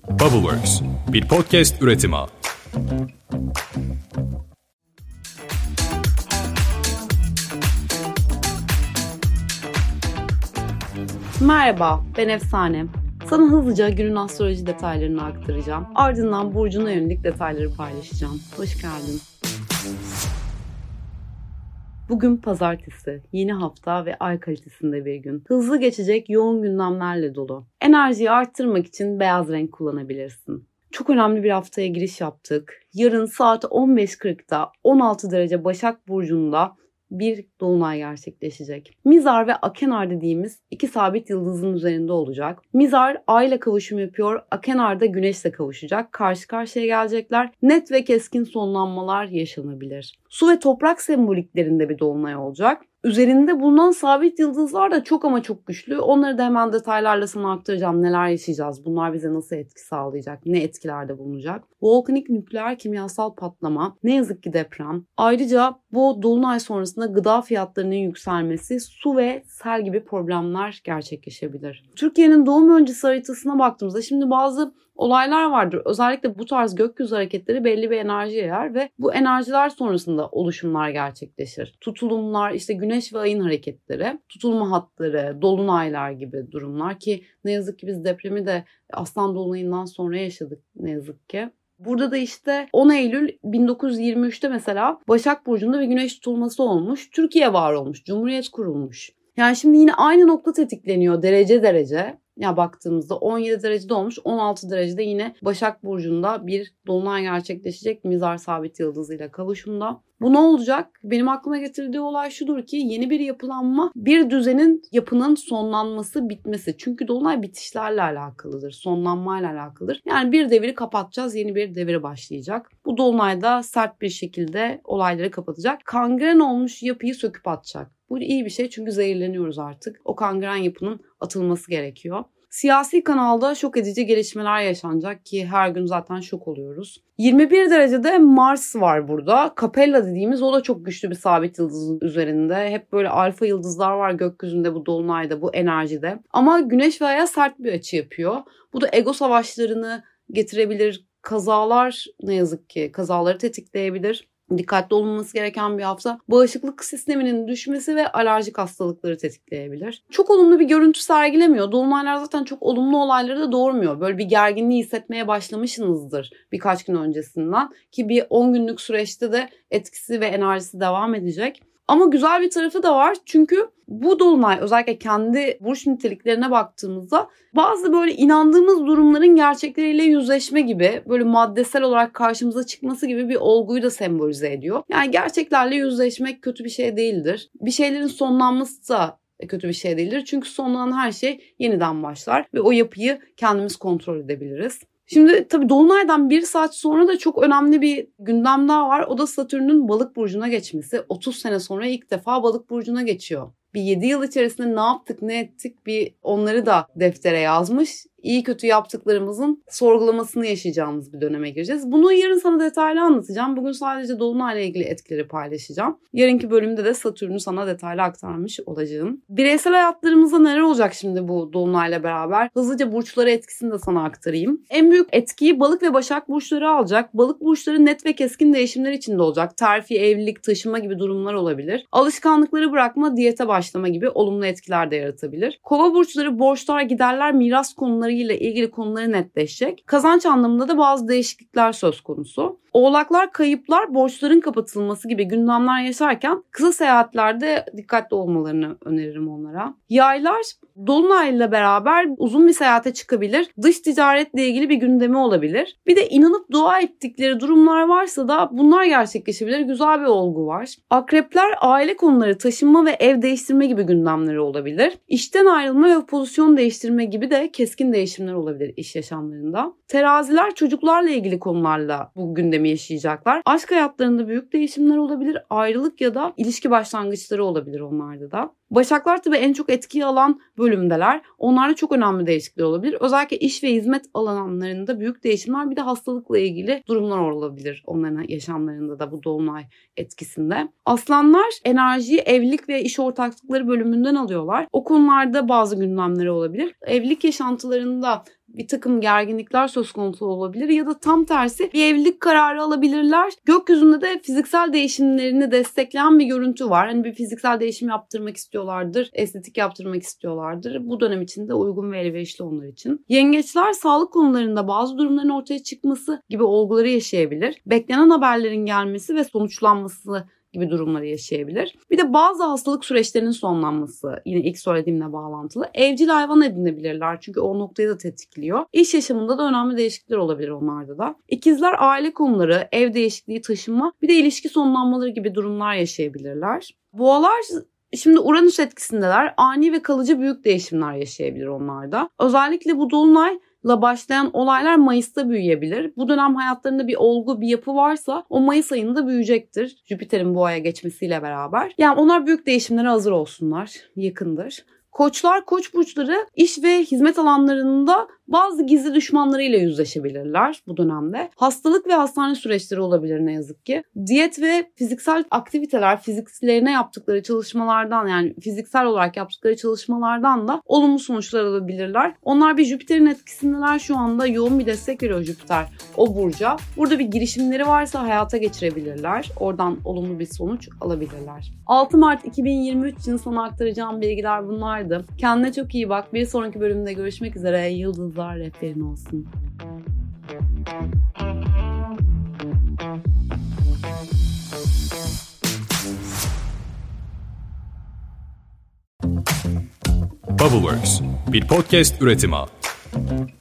Bubbleworks, bir podcast üretimi. Merhaba, ben Efsane. Sana hızlıca günün astroloji detaylarını aktaracağım. Ardından burcuna yönelik detayları paylaşacağım. Hoş geldin. Bugün pazartesi, yeni hafta ve ay kalitesinde bir gün. Hızlı geçecek yoğun gündemlerle dolu. Enerjiyi arttırmak için beyaz renk kullanabilirsin. Çok önemli bir haftaya giriş yaptık. Yarın saat 15.40'da 16 derece Başak Burcu'nda bir dolunay gerçekleşecek. Mizar ve Akenar dediğimiz iki sabit yıldızın üzerinde olacak. Mizar Ay ile kavuşum yapıyor, Akenar da Güneş'le kavuşacak. Karşı karşıya gelecekler. Net ve keskin sonlanmalar yaşanabilir. Su ve toprak semboliklerinde bir dolunay olacak. Üzerinde bulunan sabit yıldızlar da çok ama çok güçlü. Onları da hemen detaylarla sana aktaracağım. Neler yaşayacağız? Bunlar bize nasıl etki sağlayacak? Ne etkilerde bulunacak? Volkanik nükleer kimyasal patlama, ne yazık ki deprem. Ayrıca bu dolunay sonrasında gıda fiyatlarının yükselmesi, su ve sel gibi problemler gerçekleşebilir. Türkiye'nin doğum öncesi haritasına baktığımızda şimdi bazı olaylar vardır. Özellikle bu tarz gökyüzü hareketleri belli bir enerji yayar ve bu enerjiler sonrasında oluşumlar gerçekleşir. Tutulumlar, işte güneş ve ayın hareketleri, tutulma hatları, dolunaylar gibi durumlar ki ne yazık ki biz depremi de Aslan Dolunay'ından sonra yaşadık ne yazık ki. Burada da işte 10 Eylül 1923'te mesela Başak Burcu'nda bir güneş tutulması olmuş. Türkiye var olmuş, Cumhuriyet kurulmuş. Yani şimdi yine aynı nokta tetikleniyor derece. Ya baktığımızda 17 derecede olmuş, 16 derecede yine Başak Burcu'nda bir dolunay gerçekleşecek Mizar sabit yıldızıyla kavuşumda. Bu ne olacak? Benim aklıma getirdiği olay şudur ki yeni bir yapılanma, bir düzenin yapının sonlanması, bitmesi. Çünkü dolunay bitişlerle alakalıdır, sonlanmayla alakalıdır. Yani bir devri kapatacağız, yeni bir devre başlayacak. Bu dolunayda sert bir şekilde olayları kapatacak. Kangren olmuş yapıyı söküp atacak. Bu iyi bir şey çünkü zehirleniyoruz artık. O kangren yapının atılması gerekiyor. Siyasi kanalda şok edici gelişmeler yaşanacak ki her gün zaten şok oluyoruz. 21 derecede Mars var burada. Capella dediğimiz o da çok güçlü bir sabit yıldızın üzerinde. Hep böyle alfa yıldızlar var gökyüzünde bu dolunayda, bu enerjide. Ama Güneş ve Ay'a sert bir açı yapıyor. Bu da ego savaşlarını getirebilir. Kazalar ne yazık ki kazaları tetikleyebilir. Dikkatli olunması gereken bir hafta. Bağışıklık sisteminin düşmesi ve alerjik hastalıkları tetikleyebilir. Çok olumlu bir görüntü sergilemiyor. Dolunaylar zaten çok olumlu olayları da doğurmuyor. Böyle bir gerginliği hissetmeye başlamışsınızdır birkaç gün öncesinden. Ki bir 10 günlük süreçte de etkisi ve enerjisi devam edecek. Ama güzel bir tarafı da var çünkü bu dolunay özellikle kendi burç niteliklerine baktığımızda bazı böyle inandığımız durumların gerçekleriyle yüzleşme gibi böyle maddesel olarak karşımıza çıkması gibi bir olguyu da sembolize ediyor. Yani gerçeklerle yüzleşmek kötü bir şey değildir. Bir şeylerin sonlanması da kötü bir şey değildir. Çünkü sonlanan her şey yeniden başlar ve o yapıyı kendimiz kontrol edebiliriz. Şimdi tabii Dolunay'dan 1 saat sonra da çok önemli bir gündem daha var. O da Satürn'ün Balık burcuna geçmesi. 30 sene sonra ilk defa Balık burcuna geçiyor. Bir 7 yıl içerisinde ne yaptık, ne ettik bir onları da deftere yazmış. İyi kötü yaptıklarımızın sorgulamasını yaşayacağımız bir döneme gireceğiz. Bunu yarın sana detaylı anlatacağım. Bugün sadece Dolunay'la ilgili etkileri paylaşacağım. Yarınki bölümde de Satürn'ü sana detaylı aktarmış olacağım. Bireysel hayatlarımızda neler olacak şimdi bu Dolunay'la beraber? Hızlıca burçlara etkisini de sana aktarayım. En büyük etkiyi Balık ve Başak burçları alacak. Balık burçları net ve keskin değişimler içinde olacak. Terfi, evlilik, taşıma gibi durumlar olabilir. Alışkanlıkları bırakma, diyete başlama gibi olumlu etkiler de yaratabilir. Kova burçları borçlar, giderler, miras konuları ile ilgili konuları netleşecek. Kazanç anlamında da bazı değişiklikler söz konusu. Oğlaklar kayıplar, borçların kapatılması gibi gündemler yaşarken kısa seyahatlerde dikkatli olmalarını öneririm onlara. Yaylar Dolunay'la beraber uzun bir seyahate çıkabilir. Dış ticaretle ilgili bir gündemi olabilir. Bir de inanıp dua ettikleri durumlar varsa da bunlar gerçekleşebilir. Güzel bir olgu var. Akrepler aile konuları, taşınma ve ev değiştirme gibi gündemleri olabilir. İşten ayrılma ve pozisyon değiştirme gibi de keskin değişimler olabilir iş yaşamlarında. Teraziler çocuklarla ilgili konularla bu gündemi yaşayacaklar. Aşk hayatlarında büyük değişimler olabilir. Ayrılık ya da ilişki başlangıçları olabilir onlarda da. Başaklar tabii en çok etkiyi alan bölümdeler. Onlarda çok önemli değişiklikler olabilir. Özellikle iş ve hizmet alanlarında büyük değişimler, bir de hastalıkla ilgili durumlar olabilir onların yaşamlarında da bu dolunay etkisinde. Aslanlar enerjiyi evlilik ve iş ortaklıkları bölümünden alıyorlar. O konularda bazı gündemleri olabilir. Evlilik yaşantılarında bir takım gerginlikler söz konusu olabilir ya da tam tersi bir evlilik kararı alabilirler. Gökyüzünde de fiziksel değişimlerini destekleyen bir görüntü var. Hani bir fiziksel değişim yaptırmak istiyorlardır, estetik yaptırmak istiyorlardır. Bu dönem için de uygun ve elverişli onlar için. Yengeçler sağlık konularında bazı durumların ortaya çıkması gibi olguları yaşayabilir. Beklenen haberlerin gelmesi ve sonuçlanması gibi durumları yaşayabilir. Bir de bazı hastalık süreçlerinin sonlanması, yine ilk söylediğimle bağlantılı. Evcil hayvan edinebilirler çünkü o noktayı da tetikliyor. İş yaşamında da önemli değişiklikler olabilir onlarda da. İkizler aile konuları, ev değişikliği, taşınma, bir de ilişki sonlanmaları gibi durumlar yaşayabilirler. Boğalar şimdi Uranüs etkisindeler. Ani ve kalıcı büyük değişimler yaşayabilir onlarda. Özellikle bu dolunayla başlayan olaylar Mayıs'ta büyüyebilir. Bu dönem hayatlarında bir olgu, bir yapı varsa o Mayıs ayında büyüyecektir. Jüpiter'in Boğa'ya geçmesiyle beraber. Yani onlar büyük değişimlere hazır olsunlar. Yakındır. Koçlar, koç burçları iş ve hizmet alanlarında bazı gizli düşmanlarıyla yüzleşebilirler bu dönemde. Hastalık ve hastane süreçleri olabilir ne yazık ki. Diyet ve fiziksel aktiviteler, fiziklerine yaptıkları çalışmalardan, yani fiziksel olarak yaptıkları çalışmalardan da olumlu sonuçlar alabilirler. Onlar bir Jüpiter'in etkisindeler şu anda. Yoğun bir destek veriyor Jüpiter o burca. Burada bir girişimleri varsa hayata geçirebilirler. Oradan olumlu bir sonuç alabilirler. 6 Mart 2023 için sana aktaracağım bilgiler bunlardı. Kendine çok iyi bak. Bir sonraki bölümde görüşmek üzere. Yıldızlar rehberin olsun. Bubbleworks, bir podcast üretimi.